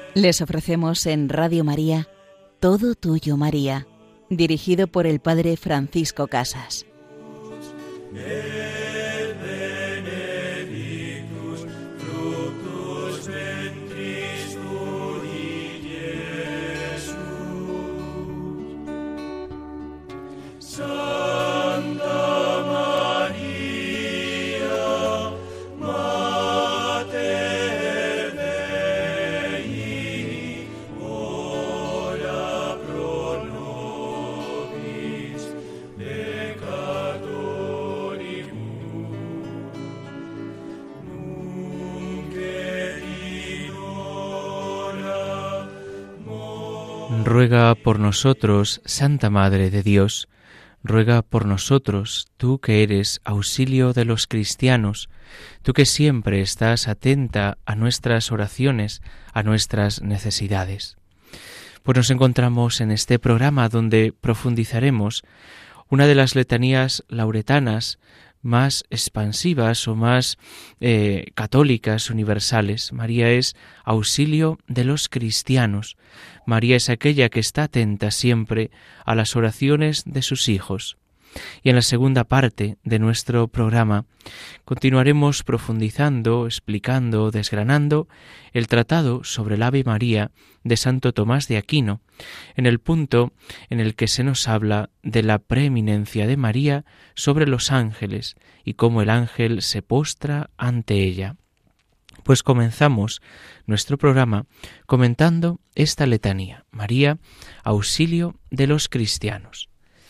Les ofrecemos en Radio María Todo Tuyo, María, dirigido por el Padre Francisco Casas. Ruega por nosotros, Santa Madre de Dios, ruega por nosotros, tú que eres auxilio de los cristianos, tú que siempre estás atenta a nuestras oraciones, a nuestras necesidades. Pues nos encontramos en este programa donde profundizaremos una de las letanías lauretanas más expansivas o más católicas, universales. María es auxilio de los cristianos. María es aquella que está atenta siempre a las oraciones de sus hijos. Y en la segunda parte de nuestro programa continuaremos profundizando, explicando, desgranando el tratado sobre el Ave María de Santo Tomás de Aquino, en el punto en el que se nos habla de la preeminencia de María sobre los ángeles y cómo el ángel se postra ante ella. Pues comenzamos nuestro programa comentando esta letanía: María, auxilio de los cristianos.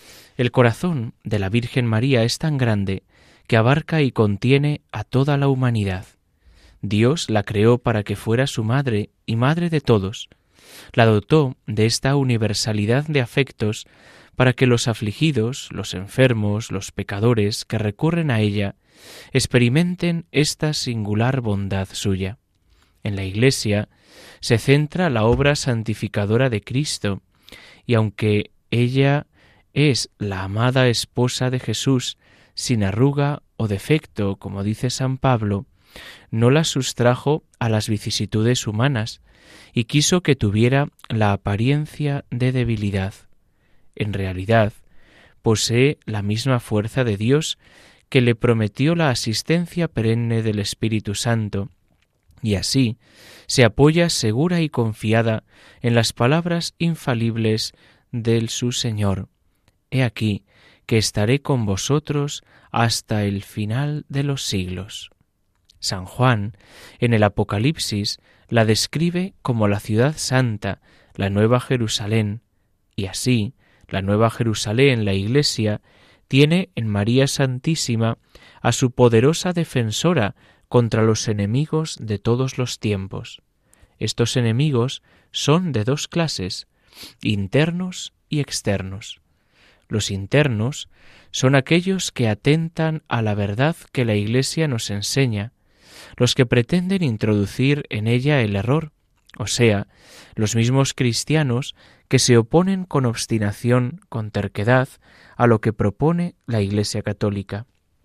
El corazón de la Virgen María es tan grande que abarca y contiene a toda la humanidad. Dios la creó para que fuera su madre y madre de todos. La dotó de esta universalidad de afectos para que los afligidos, los enfermos, los pecadores que recurren a ella experimenten esta singular bondad suya. En la Iglesia se centra la obra santificadora de Cristo, y aunque ella es la amada esposa de Jesús, sin arruga o defecto, como dice San Pablo, no la sustrajo a las vicisitudes humanas y quiso que tuviera la apariencia de debilidad. En realidad, posee la misma fuerza de Dios, que le prometió la asistencia perenne del Espíritu Santo, y así se apoya segura y confiada en las palabras infalibles de su Señor: He aquí que estaré con vosotros hasta el final de los siglos. San Juan, en el Apocalipsis, la describe como la ciudad santa, la Nueva Jerusalén, y así la Nueva Jerusalén, la Iglesia, tiene en María Santísima a su poderosa defensora contra los enemigos de todos los tiempos. Estos enemigos son de dos clases: internos y externos. Los internos son aquellos que atentan a la verdad que la Iglesia nos enseña, los que pretenden introducir en ella el error, o sea, los mismos cristianos que se oponen con obstinación, con terquedad, a lo que propone la Iglesia católica.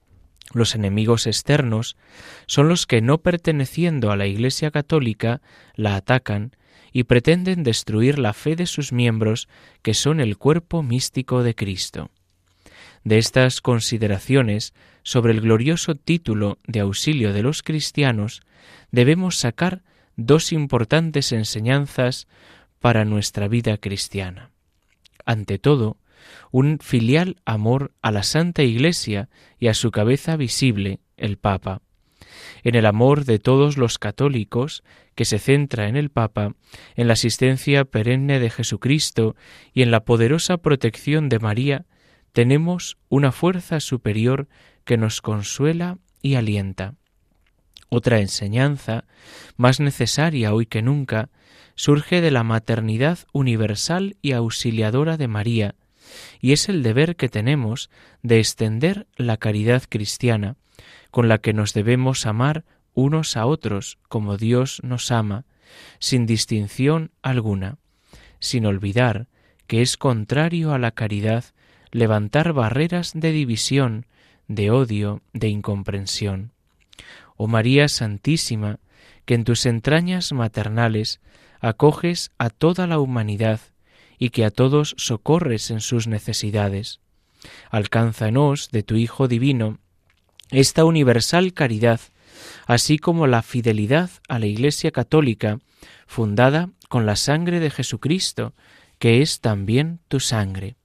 Los enemigos externos son los que, no perteneciendo a la Iglesia católica, la atacan y pretenden destruir la fe de sus miembros, que son el cuerpo místico de Cristo. De estas consideraciones sobre el glorioso título de auxilio de los cristianos, debemos sacar dos importantes enseñanzas para nuestra vida cristiana. Ante todo, un filial amor a la Santa Iglesia y a su cabeza visible, el Papa. En el amor de todos los católicos, que se centra en el Papa, en la asistencia perenne de Jesucristo y en la poderosa protección de María, tenemos una fuerza superior que nos consuela y alienta. Otra enseñanza, más necesaria hoy que nunca, surge de la maternidad universal y auxiliadora de María, y es el deber que tenemos de extender la caridad cristiana, con la que nos debemos amar unos a otros como Dios nos ama, sin distinción alguna, sin olvidar que es contrario a la caridad levantar barreras de división, de odio, de incomprensión. Oh María Santísima, que en tus entrañas maternales acoges a toda la humanidad y que a todos socorres en sus necesidades. Alcánzanos de tu Hijo divino esta universal caridad, así como la fidelidad a la Iglesia católica, fundada con la sangre de Jesucristo, que es también tu sangre.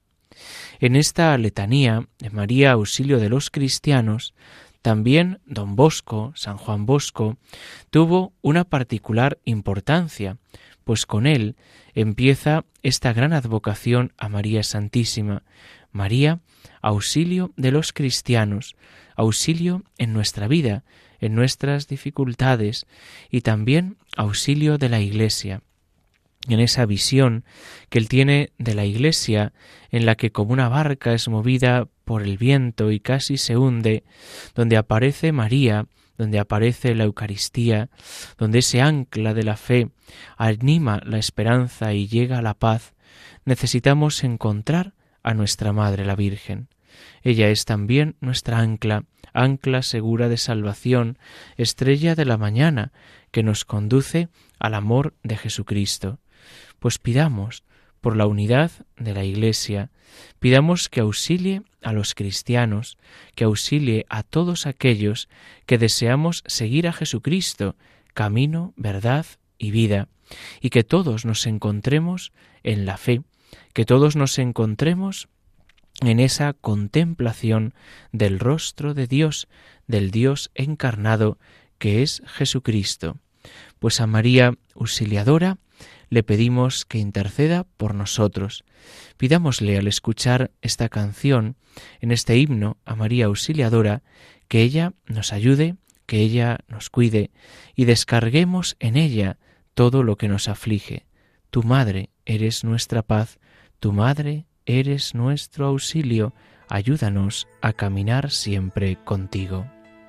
En esta letanía de María, auxilio de los cristianos, también don Bosco, San Juan Bosco, tuvo una particular importancia, pues con él empieza esta gran advocación a María Santísima. María, auxilio de los cristianos, auxilio en nuestra vida, en nuestras dificultades, y también auxilio de la Iglesia. En esa visión que él tiene de la Iglesia, en la que como una barca es movida por el viento y casi se hunde, donde aparece María, donde aparece la Eucaristía, donde ese ancla de la fe anima la esperanza y llega la paz, necesitamos encontrar a nuestra Madre la Virgen. Ella es también nuestra ancla, ancla segura de salvación, estrella de la mañana, que nos conduce al amor de Jesucristo. Pues pidamos por la unidad de la Iglesia, pidamos que auxilie a los cristianos, que auxilie a todos aquellos que deseamos seguir a Jesucristo, camino, verdad y vida, y que todos nos encontremos en la fe, que todos nos encontremos en esa contemplación del rostro de Dios, del Dios encarnado, que es Jesucristo. Pues a María Auxiliadora le pedimos que interceda por nosotros. Pidámosle al escuchar esta canción, en este himno a María Auxiliadora, que ella nos ayude, que ella nos cuide, y descarguemos en ella todo lo que nos aflige. Tu Madre eres nuestra paz, tu Madre eres nuestro auxilio, ayúdanos a caminar siempre contigo.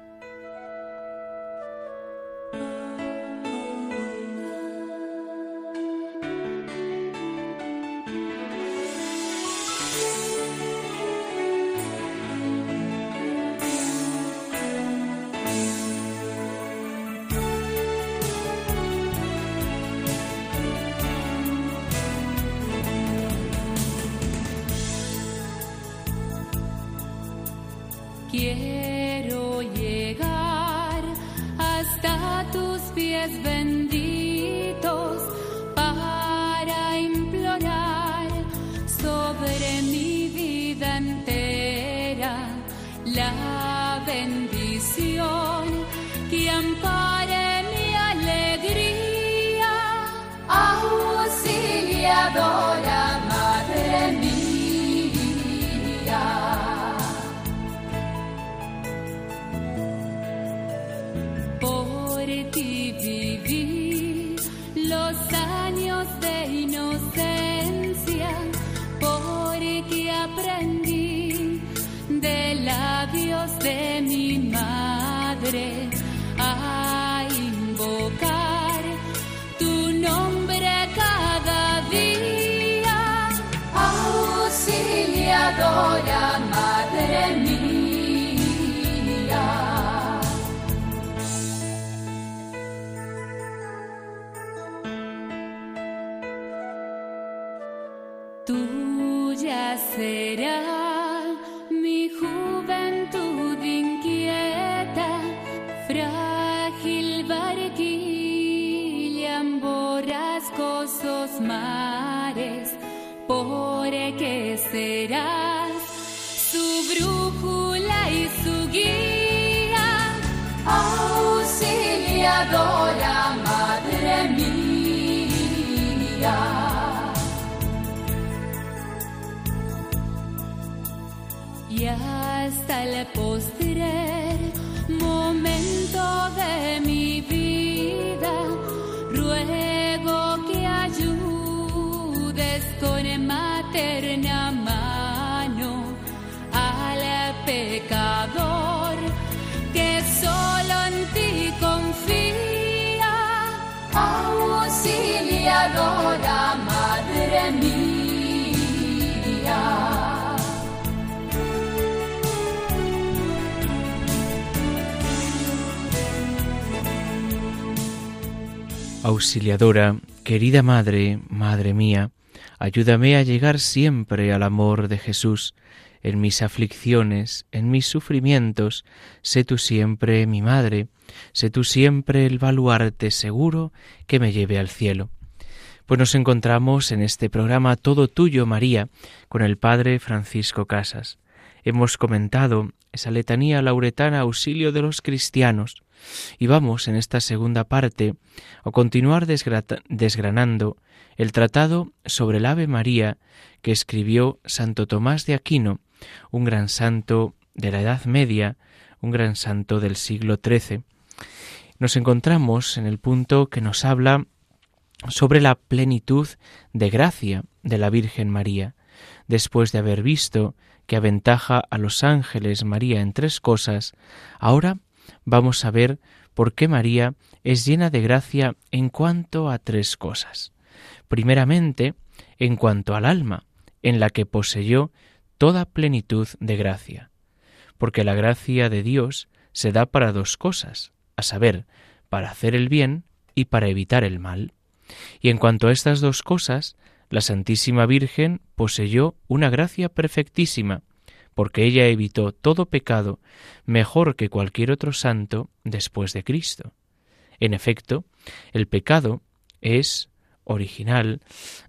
Quiero llegar hasta tus pies benditos para implorar sobre mi vida entera la bendición que ampare mi alegría, auxiliadora, Madre mía. Viví los años de inocencia porque aprendí de labios de mi madre a invocar tu nombre cada día, auxiliadora, Madre mía. Tuya será mi juventud inquieta, frágil barquilla en borrascosos mares, porque serás su brújula y su guía, auxiliadora, Madre mía. Y hasta el postrer momento de mi vida, ruego que ayudes con materna mano al pecador que solo en ti confía, auxiliadora, Madre mía. Auxiliadora, Querida Madre, Madre mía, ayúdame a llegar siempre al amor de Jesús. En mis aflicciones, en mis sufrimientos, sé tú siempre mi Madre, sé tú siempre el baluarte seguro que me lleve al cielo. Pues nos encontramos en este programa Todo Tuyo, María, con el Padre Francisco Casas. Hemos comentado esa letanía lauretana Auxilio de los Cristianos y vamos en esta segunda parte a continuar desgranando el tratado sobre el Ave María que escribió Santo Tomás de Aquino, un gran santo de la Edad Media, un gran santo del siglo XIII. Nos encontramos en el punto que nos habla sobre la plenitud de gracia de la Virgen María, después de haber visto que aventaja a los ángeles María en 3 cosas. Ahora vamos a ver por qué María es llena de gracia en cuanto a 3 cosas. Primeramente, en cuanto al alma, en la que poseyó toda plenitud de gracia, porque la gracia de Dios se da para 2 cosas, a saber, para hacer el bien y para evitar el mal. Y en cuanto a estas 2 cosas, la Santísima Virgen poseyó una gracia perfectísima, porque ella evitó todo pecado mejor que cualquier otro santo después de Cristo. En efecto, el pecado es original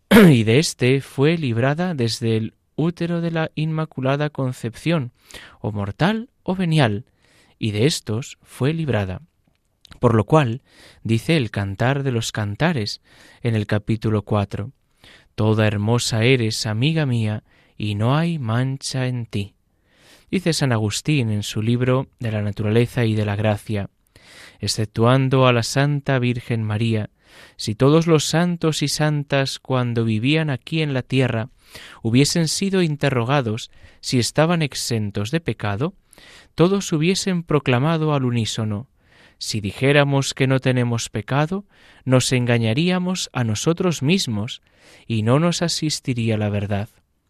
y de éste fue librada desde el útero de la Inmaculada Concepción, o mortal o venial, y de estos fue librada. Por lo cual, dice el Cantar de los Cantares en el capítulo 4, «Toda hermosa eres, amiga mía, y no hay mancha en ti». Dice San Agustín en su libro de la Naturaleza y de la Gracia, «Exceptuando a la Santa Virgen María, si todos los santos y santas cuando vivían aquí en la tierra hubiesen sido interrogados si estaban exentos de pecado, todos hubiesen proclamado al unísono: si dijéramos que no tenemos pecado, nos engañaríamos a nosotros mismos y no nos asistiría la verdad.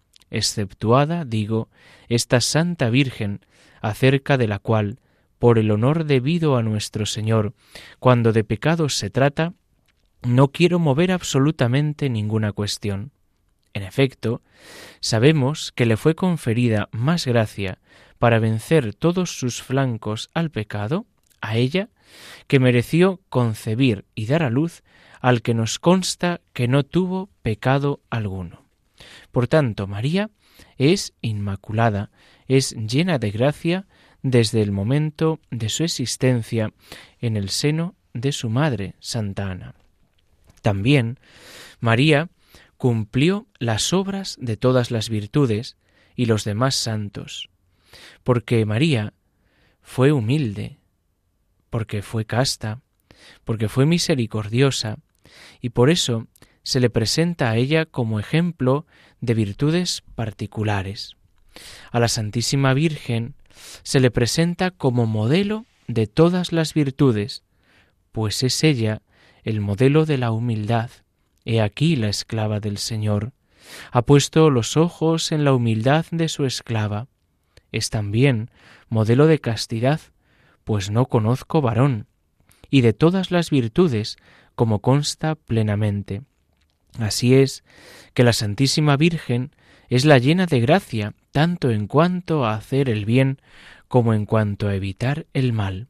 Exceptuada, digo, esta Santa Virgen, acerca de la cual, por el honor debido a nuestro Señor, cuando de pecados se trata, no quiero mover absolutamente ninguna cuestión. En efecto, sabemos que le fue conferida más gracia para vencer todos sus flancos al pecado, a ella, que mereció concebir y dar a luz al que nos consta que no tuvo pecado alguno. Por tanto, María es inmaculada, es llena de gracia desde el momento de su existencia en el seno de su madre, Santa Ana. También María cumplió las obras de todas las virtudes y los demás santos, porque María fue humilde, porque fue casta, porque fue misericordiosa, y por eso se le presenta a ella como ejemplo de virtudes particulares. A la Santísima Virgen se le presenta como modelo de todas las virtudes, pues es ella el modelo de la humildad. He aquí la esclava del Señor. Ha puesto los ojos en la humildad de su esclava. Es también modelo de castidad, pues no conozco varón, y de todas las virtudes, como consta plenamente. Así es que la Santísima Virgen es la llena de gracia, tanto en cuanto a hacer el bien como en cuanto a evitar el mal.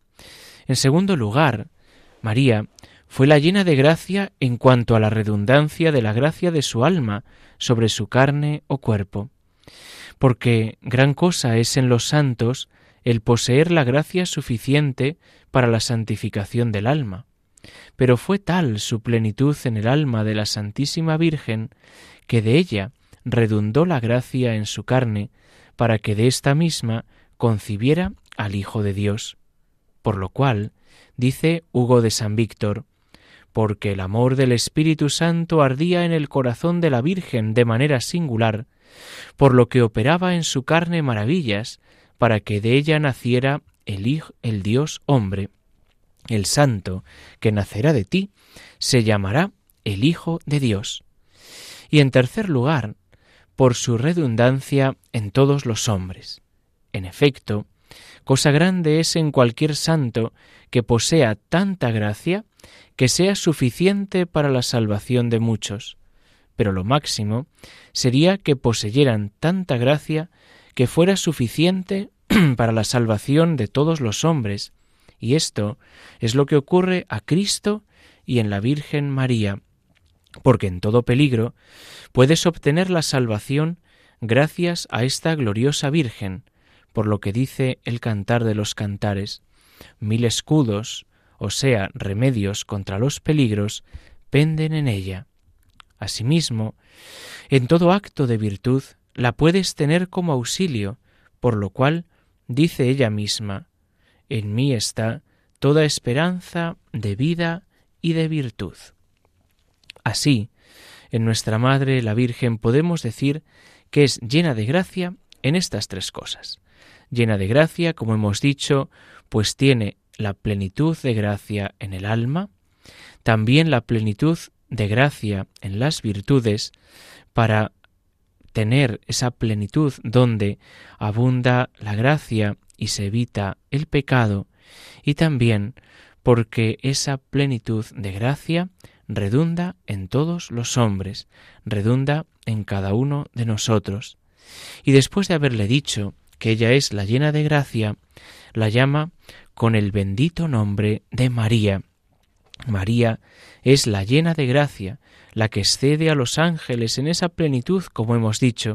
En segundo lugar, María fue la llena de gracia en cuanto a la redundancia de la gracia de su alma sobre su carne o cuerpo, porque gran cosa es en los santos el poseer la gracia suficiente para la santificación del alma. Pero fue tal su plenitud en el alma de la Santísima Virgen que de ella redundó la gracia en su carne para que de esta misma concibiera al Hijo de Dios. Por lo cual, dice Hugo de San Víctor, porque el amor del Espíritu Santo ardía en el corazón de la Virgen de manera singular, por lo que operaba en su carne maravillas, para que de ella naciera el Dios hombre. El santo que nacerá de ti se llamará el Hijo de Dios. Y en tercer lugar, por su redundancia en todos los hombres. En efecto, cosa grande es en cualquier santo que posea tanta gracia que sea suficiente para la salvación de muchos, pero lo máximo sería que poseyeran tanta gracia que fuera suficiente para la salvación de todos los hombres, y esto es lo que ocurre a Cristo y en la Virgen María, porque en todo peligro puedes obtener la salvación gracias a esta gloriosa Virgen, por lo que dice el Cantar de los Cantares: 1000 escudos, o sea, remedios contra los peligros, penden en ella. Asimismo, en todo acto de virtud la puedes tener como auxilio, por lo cual dice ella misma: en mí está toda esperanza de vida y de virtud. Así, en nuestra Madre la Virgen podemos decir que es llena de gracia en estas tres cosas. Llena de gracia, como hemos dicho, pues tiene la plenitud de gracia en el alma, también la plenitud de gracia en las virtudes, para tener esa plenitud donde abunda la gracia y se evita el pecado, y también porque esa plenitud de gracia redunda en todos los hombres, redunda en cada uno de nosotros. Y después de haberle dicho que ella es la llena de gracia, la llama con el bendito nombre de María. María es la llena de gracia, la que excede a los ángeles en esa plenitud, como hemos dicho,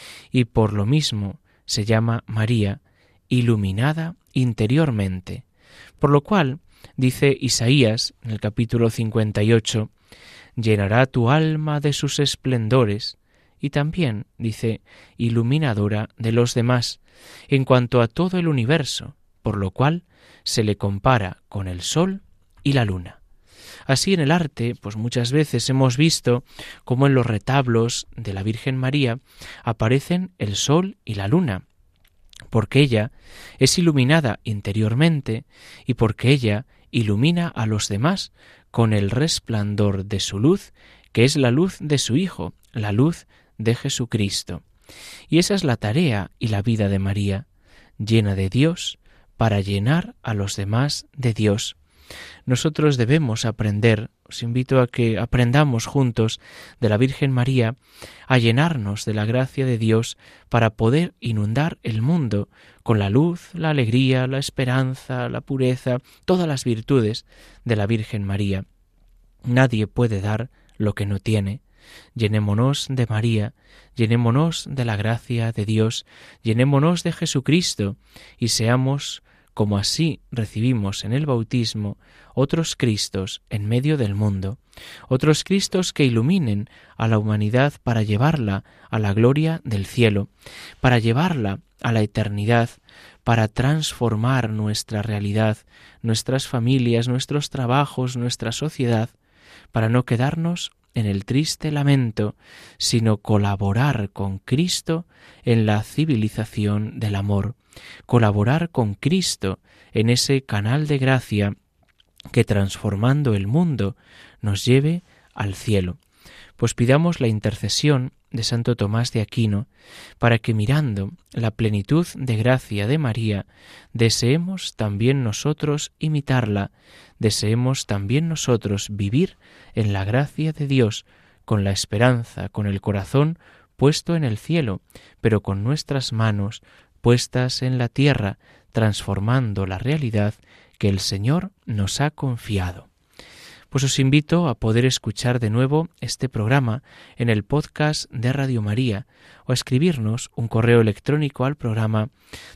y por lo mismo se llama María, iluminada interiormente. Por lo cual, dice Isaías en el capítulo 58, llenará tu alma de sus esplendores, y también dice iluminadora de los demás, en cuanto a todo el universo, por lo cual se le compara con el sol y la luna. Así en el arte, pues muchas veces hemos visto cómo en los retablos de la Virgen María aparecen el sol y la luna, porque ella es iluminada interiormente y porque ella ilumina a los demás con el resplandor de su luz, que es la luz de su Hijo, la luz de Jesucristo. Y esa es la tarea y la vida de María, llena de Dios para llenar a los demás de Dios. Nosotros debemos aprender, os invito a que aprendamos juntos de la Virgen María a llenarnos de la gracia de Dios para poder inundar el mundo con la luz, la alegría, la esperanza, la pureza, todas las virtudes de la Virgen María. Nadie puede dar lo que no tiene. Llenémonos de María, llenémonos de la gracia de Dios, llenémonos de Jesucristo y seamos, como así recibimos en el bautismo, otros Cristos en medio del mundo, otros Cristos que iluminen a la humanidad para llevarla a la gloria del cielo, para llevarla a la eternidad, para transformar nuestra realidad, nuestras familias, nuestros trabajos, nuestra sociedad, para no quedarnos en el triste lamento, sino colaborar con Cristo en la civilización del amor, colaborar con Cristo en ese canal de gracia que transformando el mundo nos lleve al cielo. Pues pidamos la intercesión de Santo Tomás de Aquino para que mirando la plenitud de gracia de María deseemos también nosotros imitarla, deseemos también nosotros vivir en la gracia de Dios con la esperanza, con el corazón puesto en el cielo, pero con nuestras manos puestas en la tierra, transformando la realidad que el Señor nos ha confiado. Pues os invito a poder escuchar de nuevo este programa en el podcast de Radio María o a escribirnos un correo electrónico al programa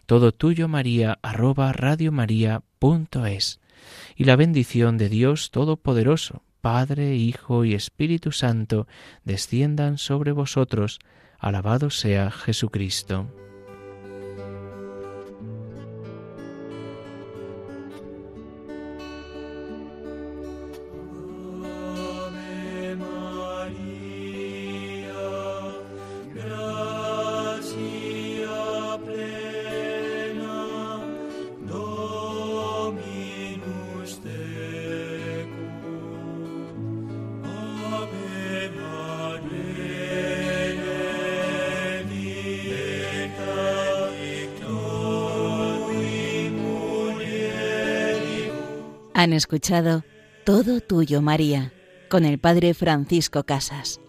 todotuyomaria@radiomaria.es. Y la bendición de Dios Todopoderoso, Padre, Hijo y Espíritu Santo, desciendan sobre vosotros. Alabado sea Jesucristo. Han escuchado Todo tuyo, María, con el Padre Francisco Casas.